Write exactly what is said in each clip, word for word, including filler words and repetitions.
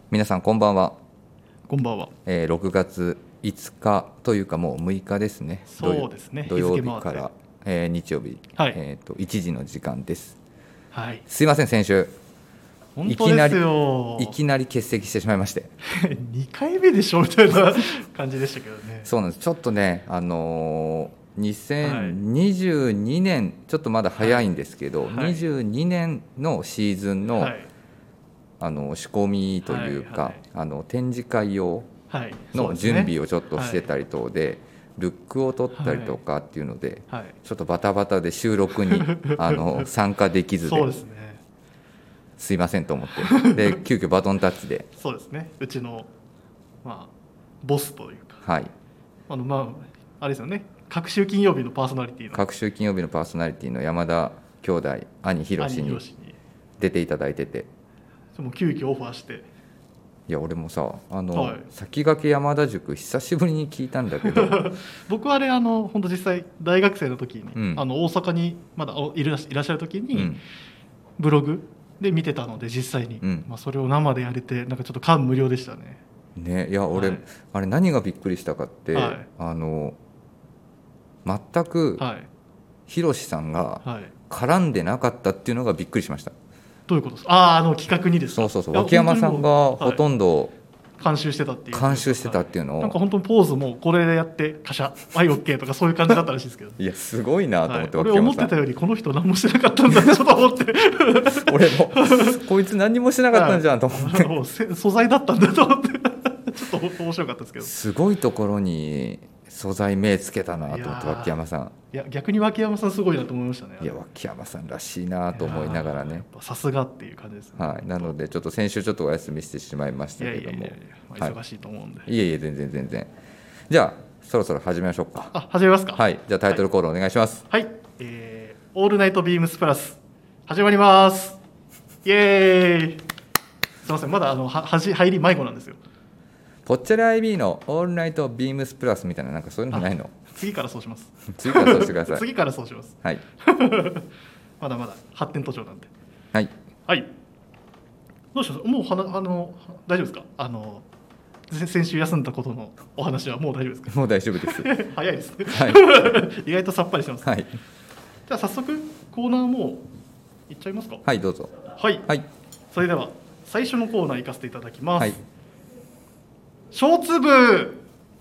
皆さんこんばんは。 こんばんは。 えー、ろくがついつかというかもうむいかですね。 そうですね。 土曜日日付回ってから、えー日曜日、 はいえーといちじの時間です。 はい。 すいません、先週本当ですよ。 いきなり欠席してしまいまして。 にかいめでしょみたいな感じでしたけどね。 そうなんです。ちょっとね、あのー、にせんにじゅうにねん、ちょっとまだ早いんですけど、 はいにじゅうにねんのシーズンの、 はいあの仕込みというか、 はいはいあの展示会用はい。 の準備をちょっとしてり。 たりとで、ルックを取ったりとかっていうので、 はい。はいちょっとバタバタで収録にあの参加できずでそうですね。 すいませんと思ってで急遽バトンタッチで、 そうですね。うちのまあボスというか、 はい、 あのまああれですよね。各週金曜日のパーソナリティの各週金曜日のパーソナリティの山田兄弟兄ひろしに兄ひろしに、 出ていただいてて、 もう急遽オファーして。 いや俺もさあの、 はい先駆け山田塾久しぶりに聞いたんだけど僕はあれあの本当実際大学生の時に、 うんあの大阪にまだいらっいらっしゃる時に、 うんブログで見てたので実際に、 うんまあ、それを生でやれてなんかちょっと感無量でしたね。 ね、いや俺、 はいあれ何がびっくりしたかって、 はいあの全くはいひろしさんがはい。 絡んでなかったっていうのがびっくりしました。 どういうことですか。あああの企画にですか。 そうそうそう、 いや脇山さんがほ本当にもうとんどはい監修してたっていう監修してたっていうのを、 なんか本当にポーズもこれでやってカシャはい OK とかそういう感じだったらしいですけどいやすごいなと思って、 はい、俺脇山さん思ってたよりこの人何もしてなかったんだってちょっと思って俺もこいつ何もしてなかったんじゃんと思って、 もうせ素材だったんだと思ってちょっと面白かったですけど。 すごいところに素材目つけたなと思って、 いやー脇山さん。 いや逆に脇山さんすごいなと思いましたね。 いや脇山さんらしいなと思いながらね。 さすがっていう感じですね。 はい、なのでちょっと先週ちょっとお休みしてしまいましたいやけども、 いやいやいや、まあ、忙しいと思うんで、 いえいえ全然全然。じゃあそろそろ始めましょうか。 あ始めますか。 はい、じゃあタイトルコールお願いします。 はい、えーオールナイトビームスプラス始まります。イエーイ。すみません、まだあのははじ入り迷子なんですよ。 ぽっちゃり アイビー のオールナイトビームスプラスみたいな、なんかそういうのないの？ 次からそうします次からそうしてください。 次からそうします。 はいまだまだ発展途上なんで。 はい。 はい。どうします。もうはなあの大丈夫ですか。あの先先週休んだことのお話はもう大丈夫ですか。 もう大丈夫です。 早いですね。 はい意外とさっぱりしてます。 はいじゃあ早速コーナーもういっちゃいますか。 はいどうぞ。 はい。 はいそれでは最初のコーナー行かせていただきます。 はい小粒。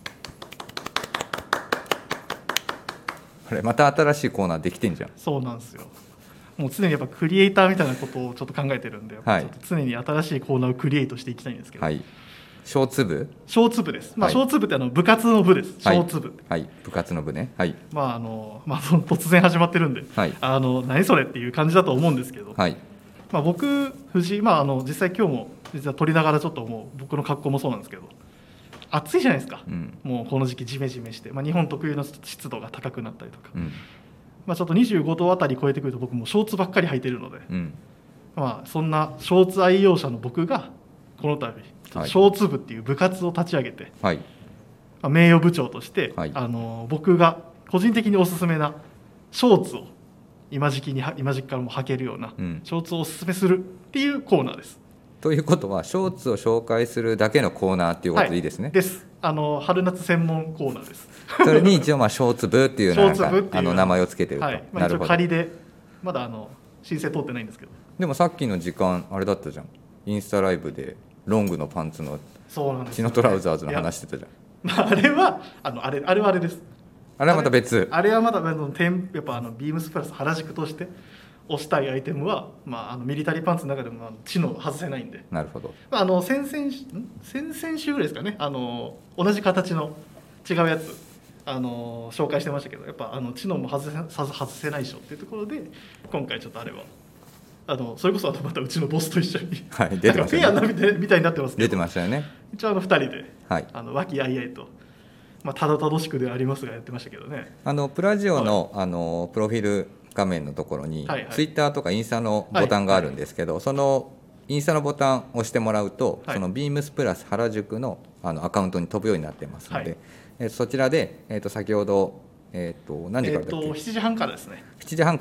あれまた新しいコーナーできてんじゃん。 そうなんですよ。もう常にやっぱクリエイターみたいなことをちょっと考えてるんで、 はいちょっと常に新しいコーナーをクリエイトしていきたいんですけど。 はい。小粒。 小粒です。まあはい小粒ってあの部活の部です。 はい小粒。 はい部活の部ね。はいまああのまあその突然始まってるんで、 はいあの何それっていう感じだと思うんですけど、 はいまあ僕藤井まああの実際今日も実は撮りながらちょっともう僕の格好もそうなんですけど、暑いじゃないですか。 うんもうこの時期ジメジメして、まあ日本特有の湿度が高くなったりとか、 うんまあちょっとにじゅうごどあたり超えてくると僕もショーツばっかり履いてるので、 うんまあそんなショーツ愛用者の僕がこの度はいショーツ部っていう部活を立ち上げて、 はいまあ名誉部長として、 はいあの僕が個人的におすすめなショーツを今時期には今時期からも履けるようなうんショーツをおすすめするっていうコーナーです。 ということはショーツを紹介するだけのコーナーっていうことでいいですね。 です。あの春夏専門コーナーです。 それに一応まあショーツ部っていうなんかショーツ部っていうあの名前をつけてると、 はい。まあ、一応なるほど。 仮でまだあの申請通ってないんですけど。 でもさっきの時間あれだったじゃん。インスタライブでロングのパンツのそうなんですよね。 チノトラウザーズの話してたじゃん。 まあ、あれはあのあれあれはあれです。 あれはまた別。 あれはまだあの店やっぱあのビームスプラス原宿として推したいアイテムは、まあ、あのミリタリーパンツの中でもあの知能外せないんで、 なるほど。 まあ、あの先々週ん先々週ぐらいですかね、あの同じ形の違うやつあの紹介してましたけど、やっぱあの知能も外せ外せないでしょっていうところで今回ちょっとあれはあのそれこそあのまたうちのボスと一緒に、 はい出てましたねなんかフェアなみたいみたいになってますけど、 出てましたよね。 一応あのふたりで、 はい。 あの和気あいあいと、まあ、たどたどしくではありますがやってましたけどね。 あのプラジオの、あのプロフィール画面のところに、 はいはいツイッターとかインスタのボタンがあるんですけど、そのインスタのボタンを押してもらうと、 はいそのビームスプラス原宿のあのアカウントに飛ぶようになってますので、 はいえーそちらで、えー、と先ほど、えー、と何時からだっけ、 えーとしちじはんからですね。 しちじはんから、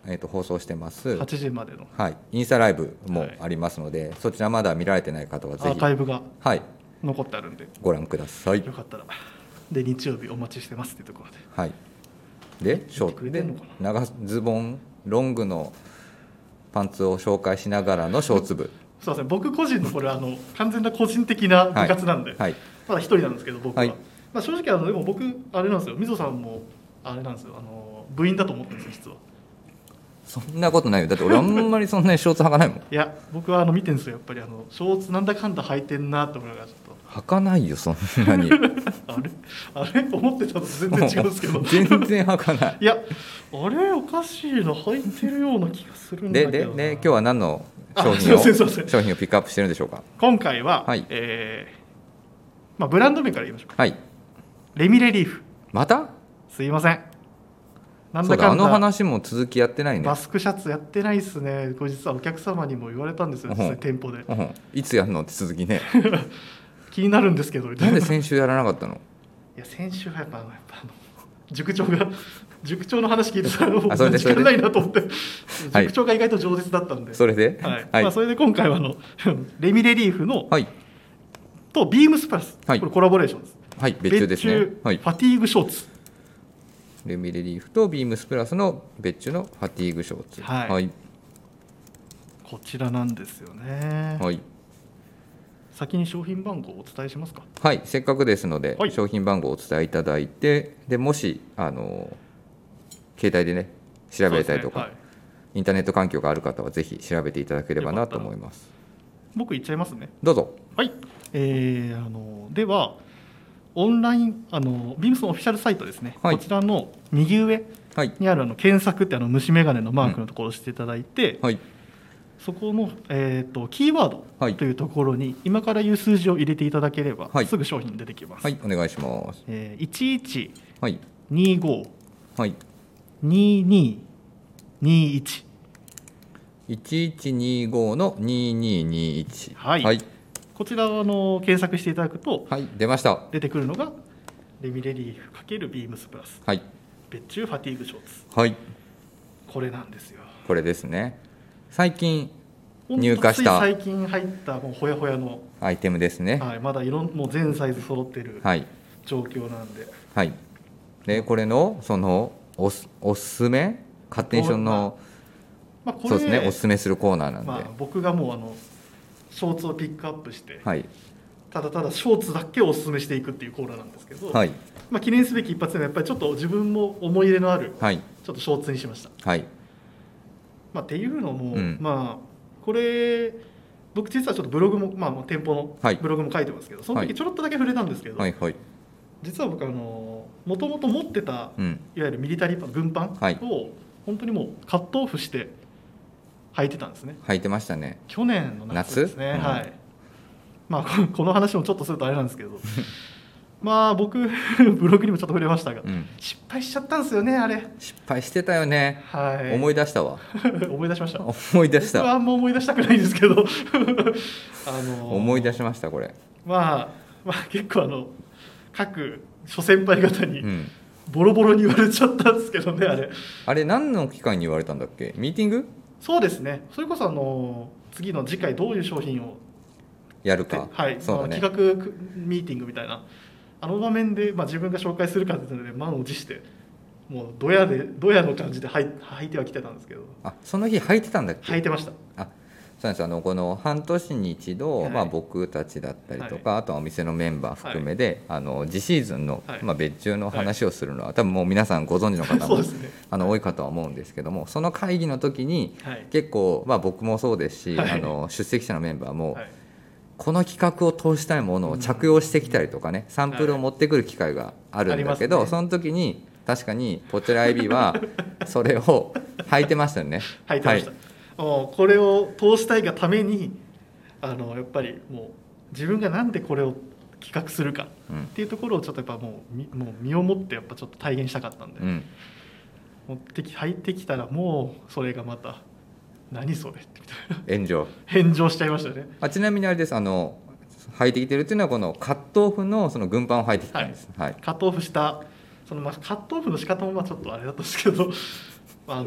えー、と放送してますはちじまでのはい、インスタライブもありますので、はい、そちらまだ見られてない方はぜひアーカイブがはい残ってあるんで、 ご覧ください。 よかったらで日曜日お待ちしてますっていうところで、 はい、でショートで長ズボンロングのパンツを紹介しながらのショーツ部そうですね、僕個人のこれあの完全な個人的な部活なんで、はいはい、まだ一人なんですけど僕は、はい、まあ、正直あのでも僕あれなんですよ、みぞさんもあれなんですよ、あの部員だと思ってるんですよ実は。 そんなことないよ、だって俺あんまりそんなにショーツ履かないもん。 いや僕はあの見てるんですよ、やっぱりあのショーツなんだかんだ履いてんなと思いながらちょっと履かないよそんなにあれあれ思ってたのと全然違うんですけど全然履かない。 いやあれおかしいな、履いてるような気がするんだけどな。 ででで今日は何の商品を商品をピックアップしてるんでしょうか。 今回は、はい、えーまあ、ブランド名から言いましょうか。はい、レミレリーフ。 またすいません、 なんだかんだあの話も続きやってないね。 マスクシャツやってないっすね。これ実はお客様にも言われたんですよ、実際店舗で、 うんうん、いつやるのって続きね気になるんですけど、 なんで先週やらなかったの。 いや先週はやっぱ、やっぱあの塾長が塾長の話聞いてたらもう時間ないなと思って塾長が意外と饒舌だったんで、 それで、 はいはい、まあ、それで今回はあのレミレリーフの、はい、とビームスプラス、はい、これコラボレーションです。 はい、別注ですね。 はい、ファティーグショーツ、 レミレリーフとビームスプラスの別注のファティーグショーツ、 はいはい、こちらなんですよね。はい、先に商品番号をお伝えしますか。 はい、せっかくですので、はい、商品番号をお伝えいただいて、でもしあの携帯でね調べたりとか、ね、はい、インターネット環境がある方はぜひ調べていただければなと思います。 僕言っちゃいますね。 どうぞ。 はい、えー、あのではオンラインあのビームスのオフィシャルサイトですね、はい、こちらの右上にあるあの検索ってあの虫眼鏡のマークのところを押していただいて、うん、はい、そこの、えー、とキーワードというところに今から言う数字を入れていただければ、はい、すぐ商品出てきます。 はい、お願いします。 えー、いちいちにごにににいち、 いちいちにごのにににいち、 はい、はい、こちらをあの検索していただくと、 はい、出ました。 出てくるのがレミレリーフ×ビームスプラス、はい、別注ファティーグショーツ、はい、これなんですよ。 これですね。最近入荷した最近入ったもうほやほやのアイテムですね。 はい、まだいろんもう全サイズ揃ってる状況なんで、 はい、でこれのそのおすおすすめカッテンションの、まあまあ、そうですね、おすすめするコーナーなんで、まあ、 僕がもうあのショーツをピックアップして、はい、ただただショーツだけをおすすめしていくっていうコーナーなんですけど、はい、まあ、記念すべき一発目はやっぱりちょっと自分も思い入れのある、はい、ちょっとショーツにしました。はい、まあ、っていうのも、うん、まあこれ僕実はちょっとブログも、まあ、店舗のブログも書いてますけど、はい、その時ちょろっとだけ触れたんですけど、はいはい、実は僕あのもともと持ってた、うん、いわゆるミリタリーパン軍パンを、はい、本当にもうカットオフして履いてたんですね。 履いてましたね。 去年の夏ですね。夏、うん、はい。まあこの話もちょっとするとあれなんですけどまあ僕ブログにもちょっと触れましたが、うん、失敗しちゃったんですよね。あれ失敗してたよね。はい、思い出したわ思い出しました。 思い出した。 僕はあんま思い出したくないんですけどあのー、 思い出しましたこれ。 まあまあ結構あの各諸先輩方にボロボロに言われちゃったんですけどね、あれあれ何の機会に言われたんだっけ。ミーティング。 そうですね。それこそあの次の次回どういう商品をやるか、 はい、そうだね、企画ミーティングみたいなあの場面で、まあ、自分が紹介するかというので満を持してもうドヤでドヤの感じで履い履いてはきてたんですけど。 あ、その日履いてたんだっけ。 履いてました。 あ、そうなんです。あのこの半年に一度、はい、まあ、僕たちだったりとか、はい、あとはお店のメンバー含めで、はい、あの次シーズンの、はい、まあ、別注の話をするのは、はい、多分もう皆さんご存知の方も、ね、あの多いかとは思うんですけども、その会議の時に、はい、結構、まあ、僕もそうですし、はい、あの出席者のメンバーも、はい、この企画を通したいものを着用してきたりとかね、サンプルを持ってくる機会があるんだけど、はい、その時に確かにポチェラ アイビー はそれを履いてましたよね。 履いてました、はい、もうこれを通したいがためにあのやっぱりもう自分がなんでこれを企画するかっていうところをちょっとやっぱもう、もう身をもってやっぱちょっと体現したかったんで、うん、持ってき履いてきたらもうそれがまた何それみたいな炎上炎上しちゃいましたね。 あ、ちなみにあれです、あの履いてきてるっていうのはこのカットオフのその軍パンを履いてきたんです、はいはい、 カットオフしたその、まあ、カットオフの仕方もまあちょっとあれだったんですけどあの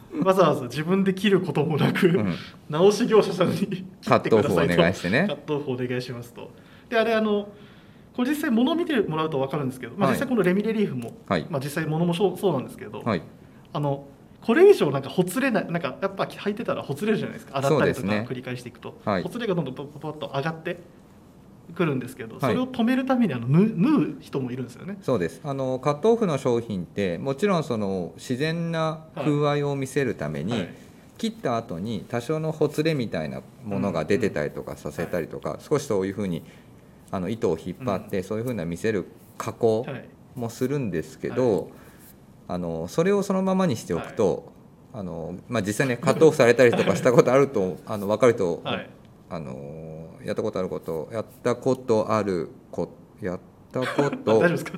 わざわざ自分で切ることもなく、うん、直し業者さんに切ってくださいと、 カットオフお願いしてね、 カットオフお願いしますと。であれあのこれ実際物を見てもらうと分かるんですけど、まあ、実際このレミレリーフも、はい、まあ、実際物もそうなんですけど、はい、あのこれ以上なんかほつれない、なんかやっぱ履いてたらほつれるじゃないですか、洗ったりとか繰り返していくと、はい、ほつれがどんどんポッポッと上がってくるんですけど、それを止めるためにあの縫う人もいるんですよね。 そうです。あのカットオフの商品ってもちろんその自然な風合いを見せるために、はいはい、切った後に多少のほつれみたいなものが出てたりとかさせたりとか、うんうん、少しそういうふうにあの糸を引っ張って、うん、そういうふうな見せる加工もするんですけど、はい、あのそれをそのままにしておくと、はい、あのまあ、実際ねカットオフされたりとかしたことあるとあの分かると、はい、あのやったことあることやったことあるこやったこと大丈夫ですか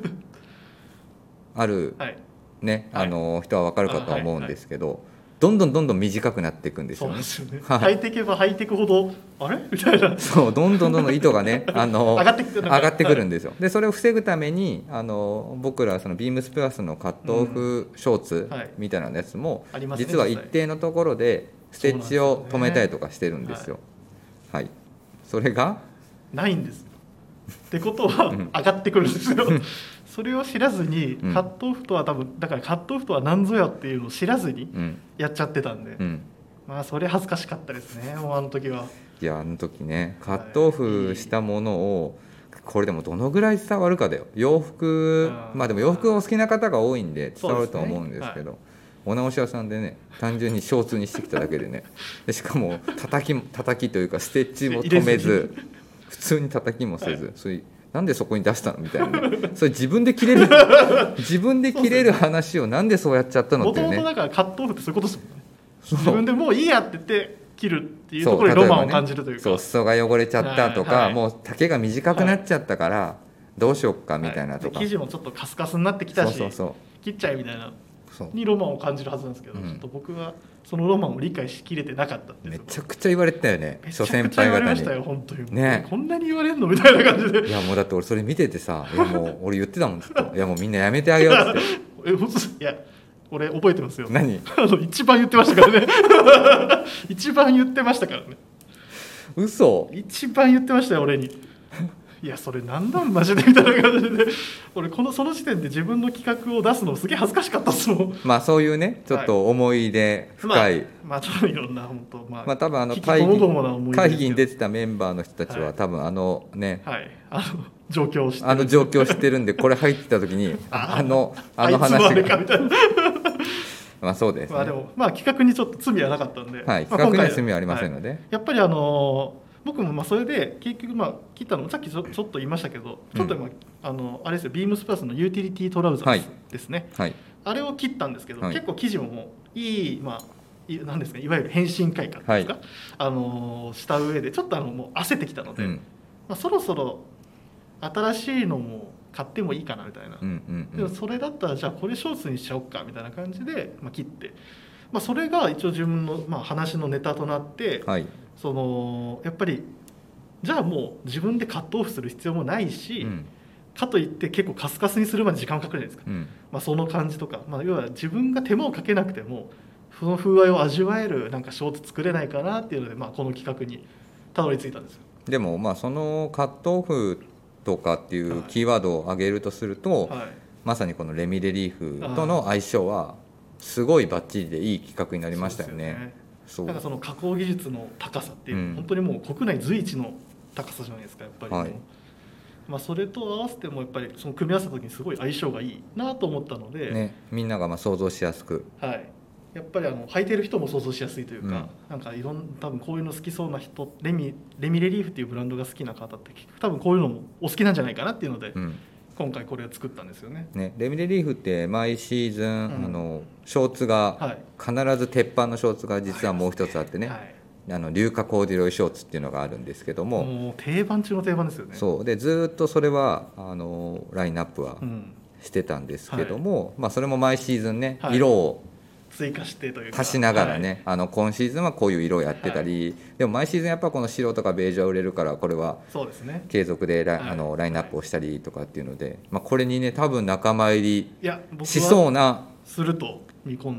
ある、はい、ね、あの人は分かるかと思うんですけど、はいはい、どんどんどんどん短くなっていくんですよね。 そうですよね。履いていけば履いていくほどあれみたいな。 そうどんどんどんどん糸がねあの上がってくる上がってくるんですよ。でそれを防ぐためにあの僕らそのビームスプラスのカットオフショーツみたいなやつも、うんはい、実は一定のところでステッチを止めたりとかしてるんですよ。はい、それがないんです。ってことは上がってくるんですよ。それを知らずにカットオフとは多分だからカットオフとは何ぞやっていうのを知らずにやっちゃってたんで、うん、まあそれ恥ずかしかったですね。もうあの時は。 いやあの時ねカットオフしたものをこれでもどのぐらい伝わるかだよ。洋服まあでも洋服お好きな方が多いんで伝わると思うんですけど、お直し屋さんでね単純にショーツにしてきただけでねでしかも叩き叩きというかステッチも止めず普通に叩きもせず、はい、そういうなんでそこに出したのみたいな、ね、それ自分で切れる自分で切れる話をなんでそうやっちゃったのってね。 もともとだからカットオフってそういうことですもんね。自分でもういいやって言って切るっていうところにロマンを感じるというか、 そう、裾が汚れちゃったとか、はいはい、もう丈が短くなっちゃったから、はい、どうしよっかみたいなとか、 はい、生地もちょっとカスカスになってきたし、そうそうそう切っちゃえみたいなにロマンを感じるはずなんですけど、うん、ちょっと僕はそのロマンを理解しきれてなかったっていう。 めちゃくちゃ言われてたよね。 諸先輩方にめちゃくちゃ言われましたよ本当に、ね、こんなに言われんのみたいな感じで。 いやもうだって俺それ見ててさ、いやもう俺言ってたもんずっといやもうみんなやめてあげようってえ本当いや俺覚えてますよ。 何あの一番言ってましたからね一番言ってましたからね。 嘘一番言ってましたよ俺に。いやそれなんなんマジでみたいな感じで俺このその時点で自分の企画を出すのすげえ恥ずかしかったっすもん。 まあそういうねちょっと思い出深い、 はい、まあ、まあちょっといろんな本当まあ、まあ、 多分あの会議会議に出てたメンバーの人たちは、はい、多分あのね、 はい、あの状況を知ってるあの状況を知ってるんでこれ入ってた時にあのあの話があいつまでかみたいなまあそうですね。 まあでもまあ企画にちょっと罪はなかったんで、 はい、企画に罪はありませんので、はい、 やっぱりあのー僕もまあそれで結局まあ切ったのもさっきちょっと言いましたけど、ちょっと今、うん、あのあれですよビームスプラスのユーティリティトラウザーですね、はいはい、あれを切ったんですけど、はい、結構生地ももういいまあなんですかいわゆる変身開花ですか、はい、あのした上でちょっとあのもう焦ってきたので、うんまあ、そろそろ新しいのも買ってもいいかなみたいな、うんうんうん、でもそれだったらじゃあこれショーツにしちゃおうかみたいな感じで、まあ、切って、まあ、それが一応自分のまあ話のネタとなって、はいそのやっぱりじゃあもう自分でカットオフする必要もないし、うん、かといって結構カスカスにするまで時間かかるじゃないですか、うんまあ、その感じとか、まあ、要は自分が手間をかけなくてもその風合いを味わえるなんかショーツ作れないかなっていうので、まあ、この企画にたどり着いたんですよ。 でもまあそのカットオフとかっていうキーワードを挙げるとすると、はい、まさにこのレミレリーフとの相性はすごいバッチリでいい企画になりましたよね。 そうなんかその加工技術の高さっていう、うん、本当にもう国内随一の高さじゃないですかやっぱり、はいまあ、それと合わせてもやっぱりその組み合わせた時にすごい相性がいいなと思ったので、 ね、みんながまあ想像しやすく、 はい、やっぱりあの履いてる人も想像しやすいというか、うん、なんかいろん多分こういうの好きそうな人レミレミレリーフっていうブランドが好きな方って結局多分こういうのもお好きなんじゃないかなっていうので、うん今回これを作ったんですよ ね, ねレミレリーフって毎シーズン、うん、あのショーツが必ず鉄板のショーツが実はもう一つあってね、はい、あの硫化コーデュロイショーツっていうのがあるんですけどももう定番中の定番ですよね。 そうでずっとそれはあのラインナップはしてたんですけども、うんはいまあ、それも毎シーズンね、はい、色を追加してというか足しながらね、はい、あの今シーズンはこういう色をやってたり、はい、でも毎シーズンやっぱこの白とかベージュは売れるからこれは継続でライ、あのラインナップをしたりとかっていうので、まあ、これにね多分仲間入りしそうなすると見込んだ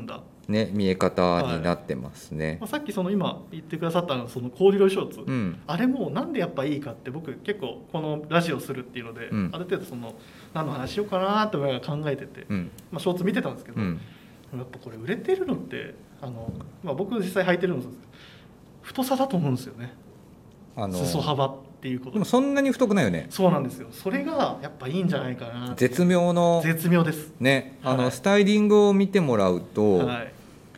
ね、見え方になってますね、はい、 まあ、さっきその今言ってくださったのそのコーデュロイショーツ、 うん、 あれもなんでやっぱいいかって僕結構このラジオするっていうので、うん、ある程度その何の話しようかなって考えてて、うん、まあ、ショーツ見てたんですけど、うん、やっぱこれ売れてるのってあの、まあ、僕実際履いてるのですけど太さだと思うんですよね、あの裾幅っていうことで。 でもそんなに太くないよね。 そうなんですよ。それがやっぱいいんじゃないかな。 絶妙の絶妙ですね、あの、はい、スタイリングを見てもらうと、はい、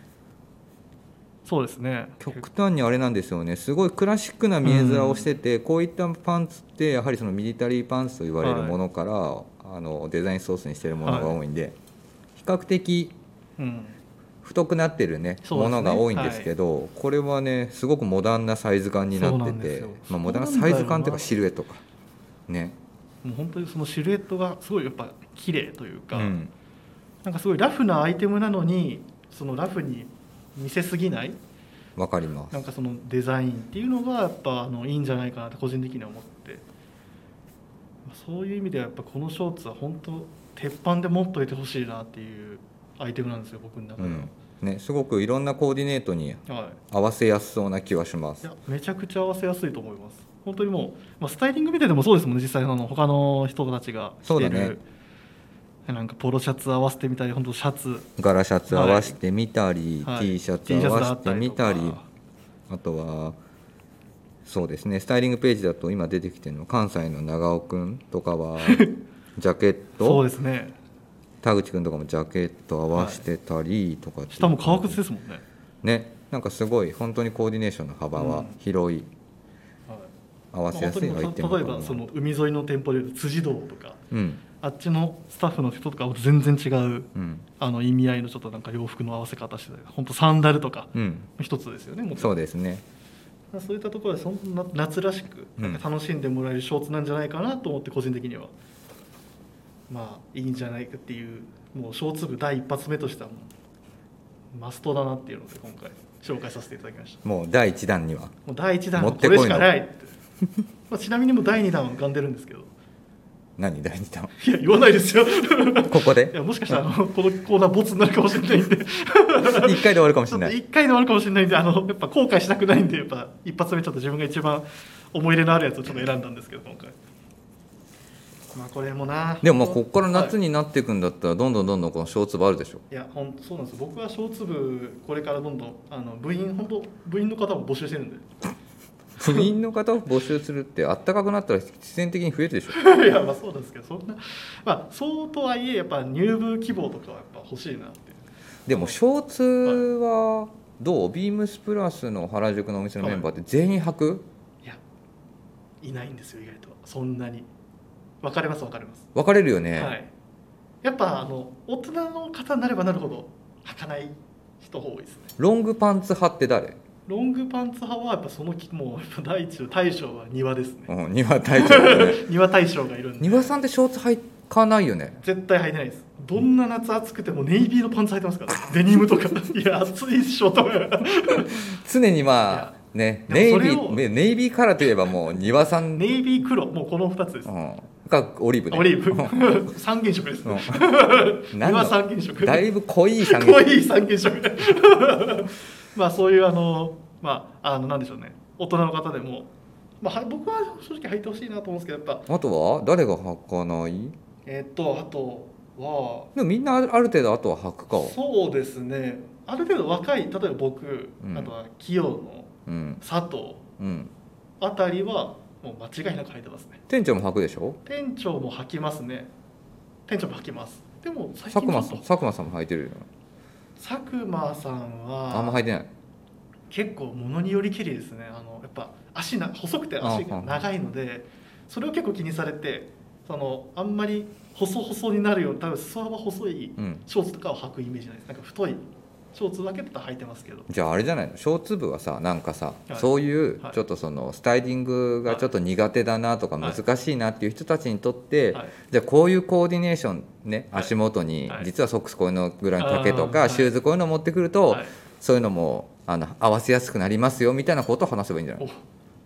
そうですね、 極端にあれなんですよね。すごいクラシックな見え面をしてて、うん、こういったパンツってやはりそのミリタリーパンツと言われるものから、はい、あのデザインソースにしているものが多いんで、はい、比較的、うん太くなってるね、ねものが多いんですけど、はい、これはねすごくモダンなサイズ感になってて、まあ、モダンなサイズ感というかシルエットかね、 もう本当にそのシルエットがすごいやっぱ綺麗というか、うん、なんかすごいラフなアイテムなのにそのラフに見せすぎない、 わかります、 なんかそのデザインっていうのがやっぱあのいいんじゃないかなって個人的には思って、そういう意味ではやっぱこのショーツは本当鉄板で持っといてほしいなっていうアイテムなんですよ、僕の中では、うんね、すごくいろんなコーディネートに合わせやすそうな気はします、 はい、いやめちゃくちゃ合わせやすいと思います。本当にもう、まあ、スタイリング見ててもそうですもんね、実際の他の人たちが着てる、そうだね、なんかポロシャツ合わせてみたり、本当シャツ柄シャツ合わせてみたり、はい、T シャツ合わせてみたり、はい、あとはそうですね、スタイリングページだと今出てきてるの関西の長尾くんとかはジャケットそうですね、 田口くんとかもジャケット合わせてたりとか、はい、 下も革靴ですもんね。 ね、なんかすごい本当にコーディネーションの幅は広い、うん、はい、合わせやすいアイテムかな。 例えばその海沿いの店舗でいうと辻堂とか、うん、あっちのスタッフの人とかは全然違う、うん、あの意味合いのちょっとなんか洋服の合わせ方してたり、本当サンダルとか一つですよね、うん、もちろん。 そうですね。 そういったところでそんな夏らしくなんか楽しんでもらえるショーツなんじゃないかなと思って、個人的にはまあいいんじゃないかっていう、もうショーツ部第一発目としてはもうマストだなっていうので今回紹介させていただきました。 もうだいいちだんにはもうだいいちだんはこれしかないってまあちなみにもうだいにだんは浮かんでるんですけど。 何だいにだん？ いや言わないですよここで。 いやもしかしたらあのこのコーナーボツになるかもしれないんでいっかいで終わるかもしれない。 いっかいで終わるかもしれないんで、あのやっぱ後悔したくないんで、やっぱ一発目ちょっと自分が一番思い入れのあるやつをちょっと選んだんですけど今回。まあこれもな。 でもまあここから夏になっていくんだったらどんどんどんどんこのショーツ部あるでしょ。 いや本当そうなんです。僕はショーツ部これからどんどんあの部員本当部員の方も募集してるんで。 部員の方を募集するって暖かくなったら必然的に増えるでしょ。 いやまあそうなんですけど、そんなまあそうとはいえやっぱ入部希望とかはやっぱ欲しいなって。 でもショーツはどう？ビームスプラスの原宿のお店のメンバーって全員履く？はい、 いやいないんですよ意外と。そんなに分かれます分かれます分かれるよね。 はい、やっぱあの大人の方になればなるほど履かない人多いですね。 ロングパンツ派って誰？ ロングパンツ派はやっぱそのもうやっぱ第一大将は庭ですね。 うん、庭大将だね。 庭大将がいるんで。 庭さんってショーツ履かないよね。 絶対履いてないです。どんな夏暑くてもネイビーのパンツ履いてますから、デニムとか。いや暑いっしょとか。 常にまあね、ネイビーネイビーカラーといえばもう庭さん。 ネイビー黒もうこのふたつです。うん、 がオリーブね。 オリーブ。三原色です。うん、庭三原色。 だいぶ濃い三原色。 濃い三原色。まあそういうあのまああのなんでしょうね、大人の方でも、まあ、僕は正直履いてほしいなと思うんですけど、やっぱあとは誰が履かない？ えっとあとはでもみんなある程度あとは履くか。 そうですね、ある程度若い、例えば僕、うん、あとは清野、うん、佐藤、うん、あたりはもう間違いなく履いてますね。 店長も履くでしょ？ 店長も履きますね。店長も履きます。でも最近佐久間佐久間さんも履いてるよ。 佐久間さんはあんま履いてない。 結構物によりけりですね。あのやっぱ足な細くて足が長いので、それを結構気にされて、そのあんまり細細になるように多分裾幅細いショーツとかを履くイメージないです。なんか太いショーツだけだったら履いてますけど。 じゃああれじゃないの、ショーツ部はさ、なんかさ、はい、そういうちょっとそのスタイリングがちょっと苦手だなとか難しいなっていう人たちにとって、はい、じゃあこういうコーディネーションね、足元に実はソックスこういうのぐらいの丈とか、はい、シューズこういうの持ってくると、はい、そういうのもあの合わせやすくなりますよみたいなことを話せばいいんじゃない？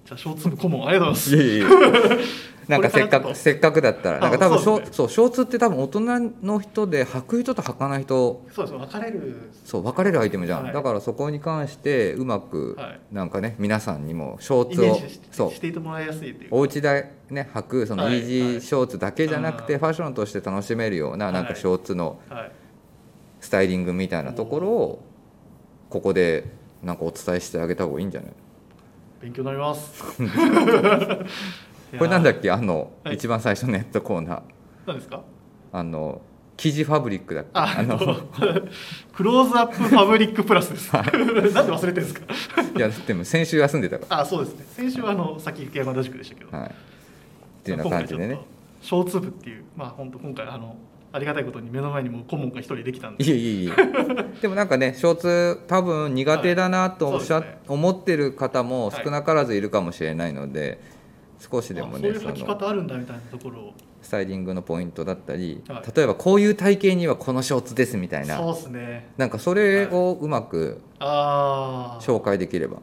じゃあショーツ部顧問ありがとうございます。 いえいえなんかせっかくせっかくだったらなんか多分ショー、ね、そうショーツって多分大人の人で履く人と履かない人そうです分かれるそう分かれるアイテムじゃん、 はい、 だからそこに関してうまく、はい、なんかね皆さんにもショーツをイメージ し, そうしていてもらいやすいというお家でね履くそのイージーショーツだけじゃなくて、はいはい、ファッションとして楽しめるような、はい、なんかショーツのスタイリングみたいなところをここでなんかお伝えしてあげた方がいいんじゃない？ 勉強になりますこれなんだっけあの、はい、一番最初のネットコーナー何ですか？ あの生地ファブリックだっけ？ ああのクローズアップファブリックプラスです、はい、なんで忘れてるんですか？ いやでも先週休んでたからあそうですね先週はあのさっき山田塾でしたけど、はい、っていうような感じでねショーツ部っていうまあ本当今回あのありがたいことに目の前にも顧問が一人できたんでいえいえいえでもなんかねショーツ多分苦手だなとおっしゃ、はいね、思ってる方も少なからずいるかもしれないので、はい、少しでもねそういう履き方あるんだみたいなところをスタイリングのポイントだったり、はい、例えばこういう体型にはこのショーツですみたいなそうですねなんかそれをうまく紹介できれば、はい、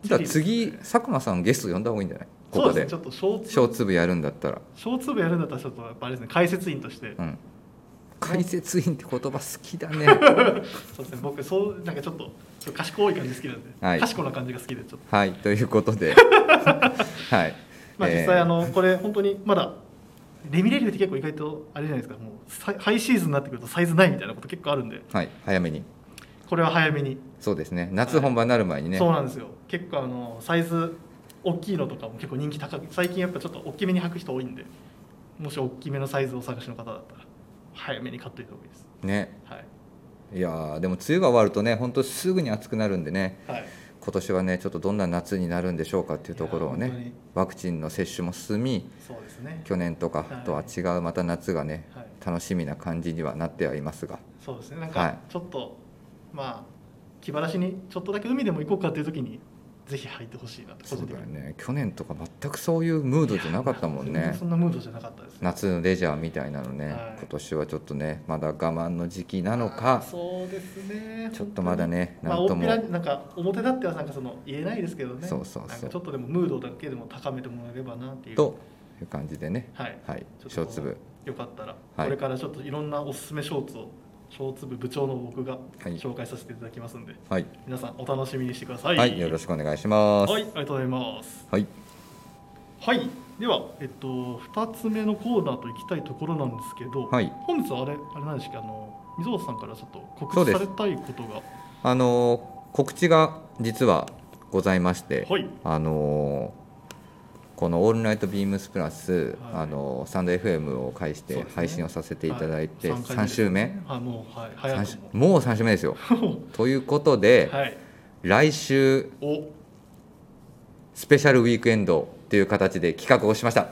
じゃあ次佐久間さんゲスト呼んだ方がいいんじゃない？ここでそうですね、ちょっとショーツ部やるんだったらショーツ部やるんだったらちょっとやっぱあれですね解説員として、うん、 解説員って言葉好きだねそうですね僕そうなんかちょっと賢い感じ好きなんで、はい、賢な感じが好きでちょっとはいということではいまあ実際あのこれ本当にまだレミレリューって結構意外とあれじゃないですかもうハイシーズンになってくるとサイズないみたいなこと結構あるんで、 はい、早めにこれは早めにそうですね夏本番になる前にね、 はい、そうなんですよ結構あのサイズ大きいのとかも結構人気高く最近やっぱちょっと大きめに履く人多いんでもし大きめのサイズをお探しの方だったら早めに買っといた方がいいですね、 はい、 いやでも梅雨が終わるとね本当すぐに暑くなるんでね、はい、今年はねちょっとどんな夏になるんでしょうかっていうところをねワクチンの接種も進みそうです、ね、 去年とかとは違うまた夏がね、はい、楽しみな感じにはなってはいますがそうですねなんかちょっと、はい、まあ気晴らしにちょっとだけ海でも行こうかっていう時にぜひ入ってほしいなと。 そうだよね去年とか全くそういうムードじゃなかったもんね。 そんなムードじゃなかったです、ね、 夏のレジャーみたいなのね、はい、今年はちょっとねまだ我慢の時期なのかそうですねちょっとまだねなんとも、まあ、なんか表立ってはなんかその言えないですけどねそうそうそうなんかちょっとでもムードだけでも高めてもらえればなっていうという感じでねはい、 はい、ショーツ部よかったら、 はい、 これからちょっといろんなおすすめショーツをショーツ部部長の僕が紹介させていただきますので、はい、皆さんお楽しみにしてください。 はい、よろしくお願いします。 はい、ありがとうございます。 はい、 はい、では、えっと、ふたつめのコーナーといきたいところなんですけど、はい、本日はあれ、あれなんですか、あの溝端さんからちょっと告知されたいことがあの告知が実はございまして、 はい、 あのこの「オールナイトビームスプラス」はい、あのスタンド エフエム を介して配信をさせていただいて、ねはい、さん週目、 はい、もう、はい、早くももうさん週目ですよということで、はい、来週スペシャルウィークエンドという形で企画をしました。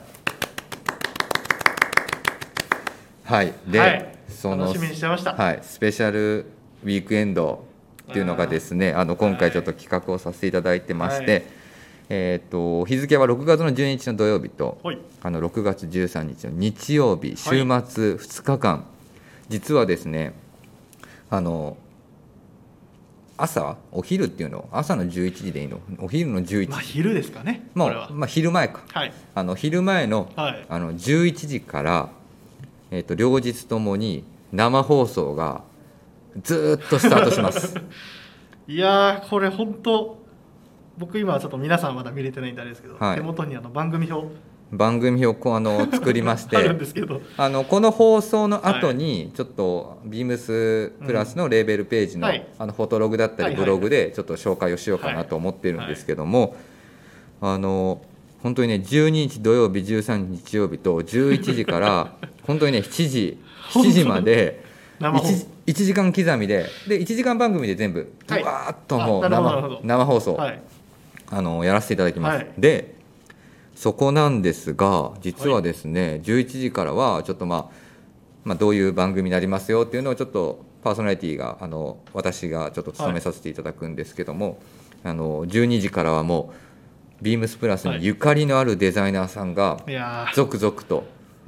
はいで、はい、その楽しみにしてました、 はい、スペシャルウィークエンドっていうのがですねあの今回ちょっと企画をさせていただいてまして、はいえー、と日付はろくがつのじゅうににちの土曜日と、はい、あのろくがつじゅうさんにちの日曜日週末ふつかかん、はい、実はですねあの朝お昼っていうの朝のじゅういちじでいいのお昼のじゅういちじ、 まあ、昼ですかねもう、まあ、昼前か、はい、あの昼前 の,、はい、あのじゅういちじから、えー、と両日ともに生放送がずっとスタートしますいやーこれ本当僕今はちょっと皆さんまだ見れてないんであれですけど、はい、手元にあの番組表番組表をあの作りましてあるんですけどあのこの放送の後にちょっとビームスプラスのレーベルページ の,、うん、あのフォトログだったりブログでちょっと紹介をしようかなと思ってるんですけども、あの本当にねじゅうににち土曜日じゅうさんにち日曜日とじゅういちじから本当にねしちじしちじまでいちじかん刻みででいちじかん番組で全部ぶわーっともう 生, 生放送、はい、あのやらせていただきます、はい、でそこなんですが実はですね、はい、じゅういちじからはちょっと、まあ、まあどういう番組になりますよっていうのをちょっとパーソナリティがあの私がちょっと務めさせていただくんですけども、はい、あのじゅうにじからはもうビームスプラスにゆかりのあるデザイナーさんが続々と、はい、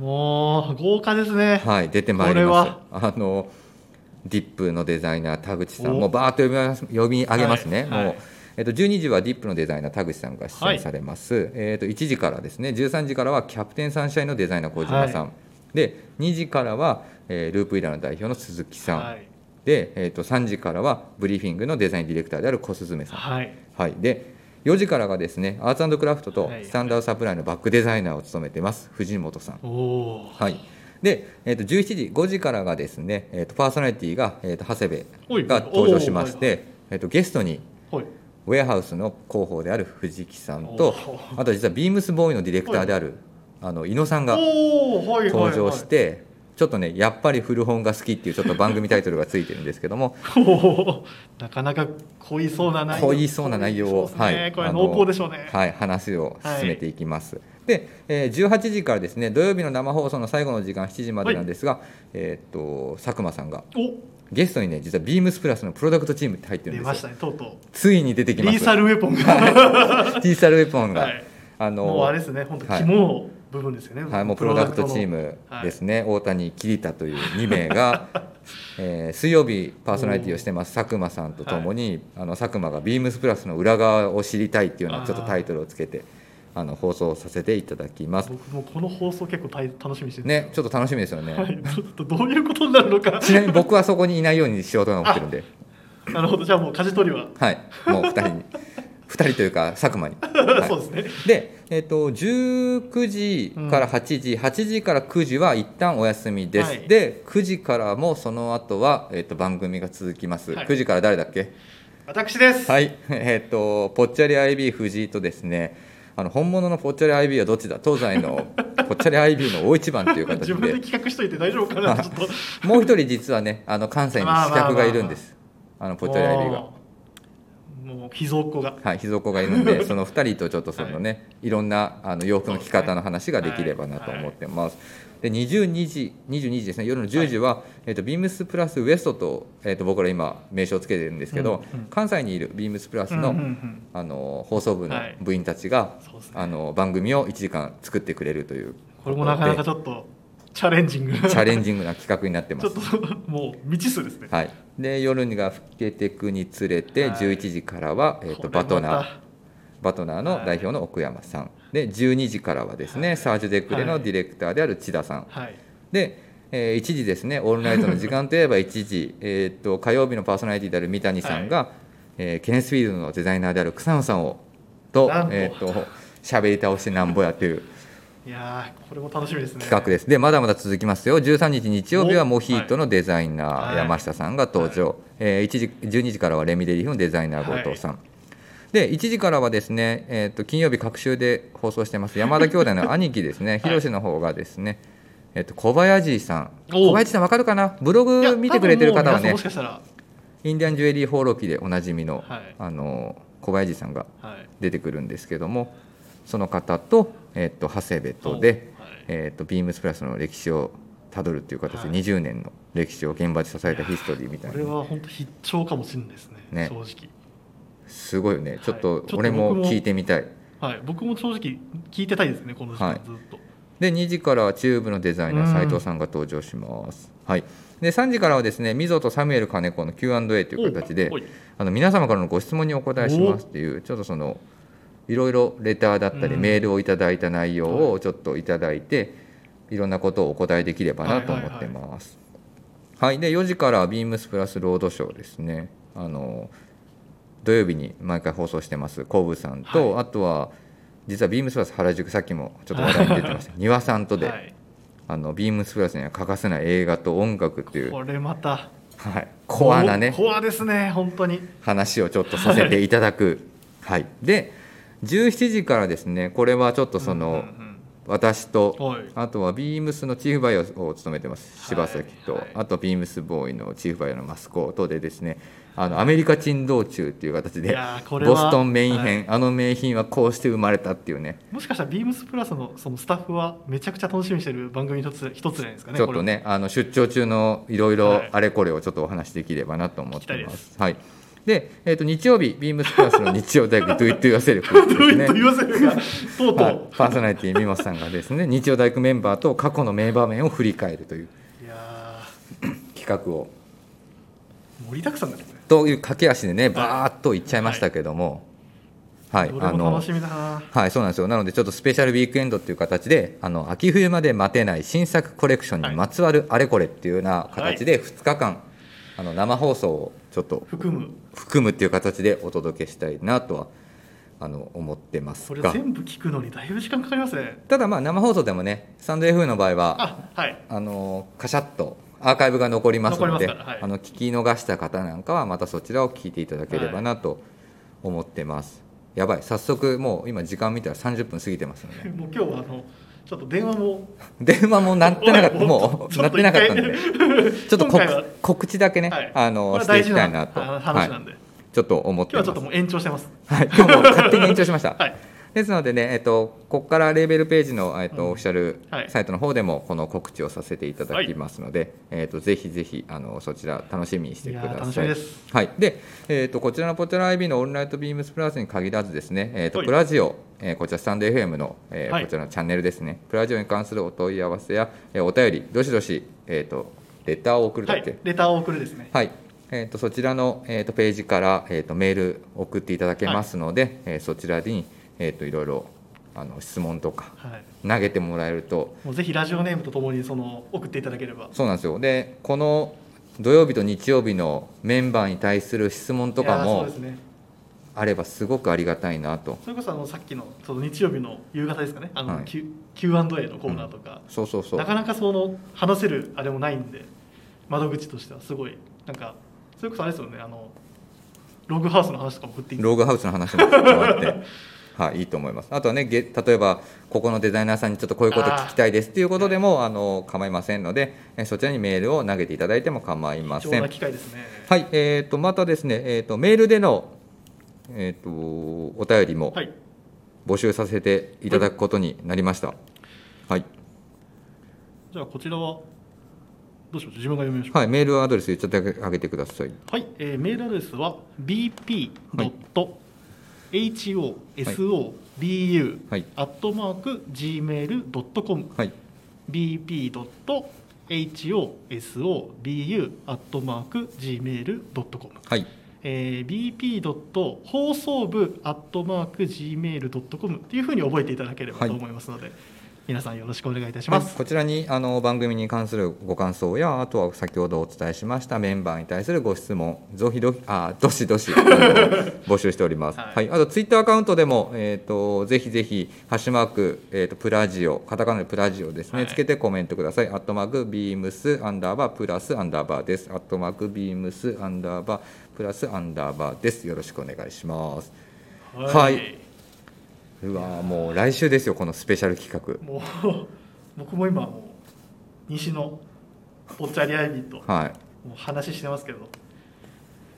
もう豪華ですね、 はい、出てまいります。あのディップのデザイナー田口さんもうバーッと呼び、呼び上げますね、はい、もう、はい、 えっと、じゅうにじはディップのデザイナー田口さんが出演されます、はい、えっと、いちじからですね、じゅうさんじからはキャプテンサンシャインのデザイナー小島さん、はい、でにじからは、えー、ループイラーの代表の鈴木さん、はい、で、えー、とさんじからはブリーフィングのデザインディレクターである小雀さん、はいはい、でよじからがですねアーツ&クラフトとスタンダードサプライのバックデザイナーを務めています藤本さん、お、はい、で、えー、とじゅうしちじごじからがですね、えー、とパーソナリティが、えー、と長谷部が登場しまして、えー、とゲストにウェアハウスの広報である藤木さんと、あと実はビームスボーイのディレクターであるあの井野さんが登場して、ちょっとねやっぱり古本が好きっていうちょっと番組タイトルがついてるんですけどもなかなか濃いそうな内容濃いそうな内容を、 はい、これ濃厚でしょうね、 はい、話を進めていきます、はい、で、えー、じゅうはちじからですね土曜日の生放送の最後の時間しちじまでなんですが、はい、えー、っと佐久間さんがゲストにね実はビームスプラスのプロダクトチームって入ってるんですよ。 出ましたね、とうとうついに出てきます。 リーサルウェポンがリーサルウェポンが、はい、 あのもうあれですね、本当肝の部分ですよね、 はい、もうプロダクトチームですね、はい、大谷桐田というにめいが、えー、水曜日パーソナリティをしてます佐久間さんとともに、はい、あの佐久間がビームスプラスの裏側を知りたいっていうようなちょっとタイトルをつけてあの放送させていただきます。 僕もこの放送結構楽しみにしてるね、ちょっと楽しみですよね、 はい、ちょっとどういうことになるのかちなみに僕はそこにいないようにしようと思ってるんでなるほど、じゃあもう舵取りははい、もうふたりにふたりというか佐久間に、 はい、そうですね。 で、えー、とじゅうくじからはちじ、うん、はちじからくじは一旦お休みです、はい、でくじからもその後は、えー、と番組が続きます、はい、くじから誰だっけ？ 私です。 はい、えー、とぽっちゃり アイビー 藤井とですね、あの本物のぽっちゃり アイビー はどっちだ、東西のぽっちゃり アイビー の大一番という形で自分で企画しといて大丈夫かなちょっともう一人実はねあの関西に刺客がいるんです、あのぽっちゃり アイビー がもう秘蔵っ子がはい秘蔵っ子がいるんでそのふたりとちょっとそのね、はい、いろんなあの洋服の着方の話ができればなと思ってます、はいはい、でにじゅうにじにじゅうにじですね、夜のじゅうじは、はい、えー、とビームスプラスウエストと、えー、と僕ら今名称をつけてるんですけど、うんうん、関西にいるビームスプラスの、うんうんうん、あの放送部の部員たちが、はい、あの番組をいちじかん作ってくれるという、 これもなかなかちょっとチャレンジングなチャレンジングな企画になってます。 ちょっともう未知数ですね。 はい。で夜が更けていくにつれて、はい、じゅういちじからは、えー、とバトナーバトナーの代表の奥山さん、はい、でじゅうにじからはですね、はい、サージュデクレのディレクターである千田さん、はい、で、えー、いちじですね、オールナイトの時間といえばいちじえと火曜日のパーソナリティである三谷さんが、はい、えー、ケネスフィールドのデザイナーである草野さんをとえっ、ー、と喋り倒してなんぼやといういやこれも楽しみですね。 企画です。でまだまだ続きますよ。じゅうさんにち日曜日はモヒートのデザイナー山下さんが登場、はい、えー、いちじじゅうにじからはレミデリーフのデザイナー後藤さん、はい、でいちじからはですね、えー、と金曜日隔週で放送してます山田兄弟の兄貴ですねひろしの方がですね、えー、と小林さん小林さん分かるかな、ブログ見てくれてる方はね、 もしかしたらインディアンジュエリー放浪記でおなじみの、はい、あの小林さんが出てくるんですけども、はい、その方と、えー、と長谷部とで、はい、えー、とビームスプラスの歴史をたどるという形でにじゅうねんの歴史を現場で支えたヒストリーみたいな、 これは本当必聴かもしれないです ね, ね正直すごいよね、ちょっと俺も聞いてみたい、 はい、僕も正直聞いてたいですねこの時間ずっと、はい、 でにじからはチューブのデザイナー斉藤さんが登場します、はい、でさんじからはですね溝とサミュエル金子の キューアンドエー という形であの皆様からのご質問にお答えしますっていうちょっとそのいろいろレターだったりメールをいただいた内容をちょっといただいていろんなことをお答えできればなと思ってます。はい、はいはい、でよじからはビームスプラスロードショーですね、あの土曜日に毎回放送してますコブさんと、はい、あとは実はビームスプラス原宿さっきもちょっと話題に出てました丹羽さんとで、はい、あのビームスプラスには欠かせない映画と音楽っていうこれまた、 はい、コアなねコアですね本当に話をちょっとさせていただく、はい、はい、でじゅうしちじからですねこれはちょっとその、うんうんうん、私と、はい、あとはビームスのチーフバイヤーを務めてます柴崎と、はいはい、あとビームスボーイのチーフバイヤーのマスコとでですねあのアメリカ珍道中っていう形でボストンメイン編、はい、あの名品はこうして生まれたっていうね、 もしかしたらビームスプラス の, そのスタッフはめちゃくちゃ楽しみにしてる番組一つ一つじゃないですかね。 ちょっとねあの出張中のいろいろあれこれをちょっとお話しできればなと思ってます、はい、で、えー、と日曜日ビームスプラスの日曜大学ドゥイットユアセルフですねドゥイットユアセルフがとうとう、はい、 パーソナリティ三本さんがですね日曜大学メンバーと過去の名場面を振り返るといういや企画を盛りだくさんですね。 という駆け足でねバーっといっちゃいましたけども、はい、 どれも楽しみだな。 はい、そうなんですよ。なのでちょっとスペシャルウィークエンドっていう形であの秋冬まで待てない新作コレクションにまつわるあれこれっていうような形でふつかかん、はい、あの生放送をちょっと含む含むっていう形でお届けしたいなとはあの思ってますが、 これ全部聞くのにだいぶ時間かかりますね。 ただまあ生放送でもねスタンド エフエム の場合はあ、はい、 あのカシャッとアーカイブが残りますので、 はい、 あの聞き逃した方なんかはまたそちらを聞いていただければなと思ってます、はい、やばい早速もう今時間見たらさんじゅっぷん過ぎてますのでもう今日はあのちょっと電話も電話も鳴ってなかったもう鳴ってなかったんでちょっと告知だけね、はい、あのしていきたいなと話なんで、 はい、ちょっと思ってます。 今日はちょっともう延長してます、 はい、今日も勝手に延長しました、 はい、 ですのでね、えっと、ここからレーベルページの、えっと、オフィシャルサイトの方でもこの告知をさせていただきますので、はい、えっと、ぜひぜひあのそちら楽しみにしてください。 いや楽しみです、 はい、で、えっと、こちらのポテラ アイビー のオールナイトビームスプラスに限らずですね、えっと、プラジオ、えー、こちらスタンド エフエム の、えーはい、こちらのチャンネルですね、プラジオに関するお問い合わせや、えー、お便りどしどし、えっと、レターを送るだけ、 はい、レターを送るですね、 はい、えー、とそちらの、えー、とページから、えー、とメール送っていただけますので、はい、えー、そちらに、えー、といろいろあの質問とか投げてもらえると、はい、 もうぜひラジオネームとともにその送っていただければ。 そうなんですよ。でこの土曜日と日曜日のメンバーに対する質問とかもあればすごくありがたいなと。 それこそあのさっきのその日曜日の夕方ですかね、あの、はい、キューアンドエー のコーナーとか、 うん、そうそうそう、 なかなかその話せるあれもないんで、窓口としてはすごいなんかそれこそあれですよね、あのログハウスの話とかも振っていい、 ログハウスの話も振ってもらってはい、いいと思います。あとはね、例えばここのデザイナーさんにちょっとこういうこと聞きたいですっていうことでもあの構いませんので、そちらにメールを投げていただいても構いません。 貴重な機会ですね。 はい、えー、とまたですね、えー、とメールでの、えー、とお便りも募集させていただくことになりました。はい、はい、 じゃあこちらはどうしましょう、自分が読みましょう。 はい、メールアドレス言っちゃってあげてください。 はい、えー、メールアドレスは ビーピードットエイチオーエスオービーユー アットマーク ジーメールドットコム、はい、ビーピードットエイチオーエスオービーユー アットマーク ジーメールドットコム、はい、えー、ビーピードット 放送部 アットマーク ジーメールドットコム というふうに覚えていただければと思いますので、はい、皆さんよろしくお願いいたします。 はい、こちらにあの番組に関するご感想や、あとは先ほどお伝えしましたメンバーに対するご質問、ぞひどあどしどし募集しております。はい、はい、あとツイッターアカウントでも、えー、とぜひぜひハッシュマーク、えー、とプラジオ、カタカナでプラジオですね、はい、つけてコメントください。アットマークビームスアンダーバープラスアンダーバーです。アットマークビームスアンダーバープラスアンダーバーです。よろしくお願いします。はい、はい、うわもう来週ですよ、このスペシャル企画。 もう僕も今もう西のぽっちゃりアイビーともう話してますけど、はい、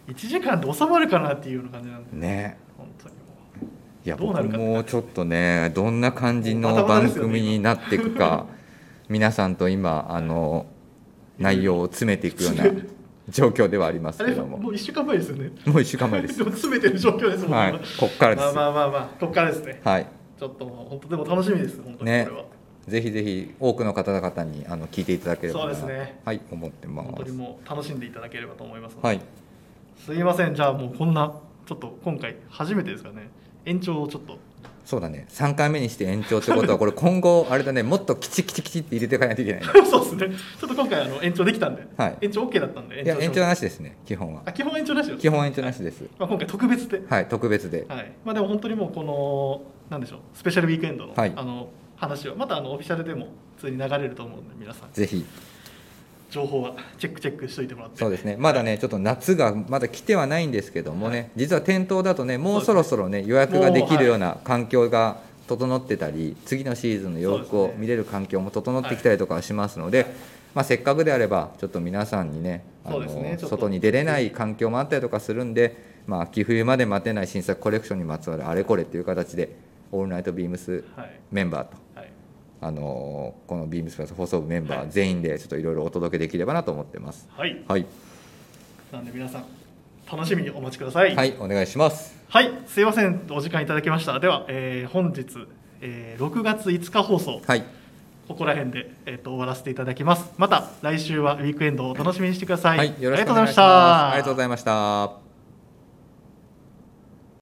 いちじかんで収まるかなっていうような感じなんでね、 本当にもういや僕もちょっとね、どんな感じの番組になっていくか皆さんと今あの内容を詰めていくような状況ではありますけども、 もういっしゅうかんまえですよね。 もういっしゅうかんまえです。 でも詰めてる状況ですもんね。 はい、こっからです。 まあまあまあまあ、こっからですね。 はい。 ちょっと本当でも楽しみです。本当にこれは。ね、 ぜひぜひ多くの方々にあの聞いていただければな、 そうですね、 はい、思ってます。 本当にもう楽しんでいただければと思いますので、 はい、 すいません、じゃあもうこんなちょっと今回初めてですかね、延長をちょっと。 そうだね、さんかいめにして延長ってことはこれ今後あれだね、もっときちきちきちって入れていかないといけない、ね、 そうですね、ちょっと今回あの延長できたんで、はい、延長 OK だったんで、 いや延長なしですね、基本は。 あ、基本延長なしです。 基本延長なしです。 はい、まあ、今回特別で、 はい、特別で、 はい、まあでも本当にもうこのなんでしょう、スペシャルウィークエンドの、はい、あの話はまたあのオフィシャルでも普通に流れると思うので、皆さんぜひ情報はチェックチェックしといてもらって。 そうですね、まだねちょっと夏がまだ来てはないんですけどもね、はい、実は店頭だとねもうそろそろね予約ができるような環境が整ってたり、次のシーズンの洋服を見れる環境も整ってきたりとかしますので、はい、まあ、せっかくであればちょっと皆さんにね、あのね外に出れない環境もあったりとかするんで、まあ、秋冬まで待てない新作コレクションにまつわるあれこれっていう形でオールナイトビームスメンバーと、はい、あのこのビームスプラス放送部メンバー全員でちょっといろいろお届けできればなと思ってます。 はい、 はい、 なんで皆さん楽しみにお待ちください。 はい、お願いします。 はい、すいません、お時間いただきました。では、えー、本日、えー、ろくがついつか放送、はい、ここら辺で、えー、と終わらせていただきます。また来週はウィークエンドをお楽しみにしてください。 はい、よろしくお願いします。ありがとうございました。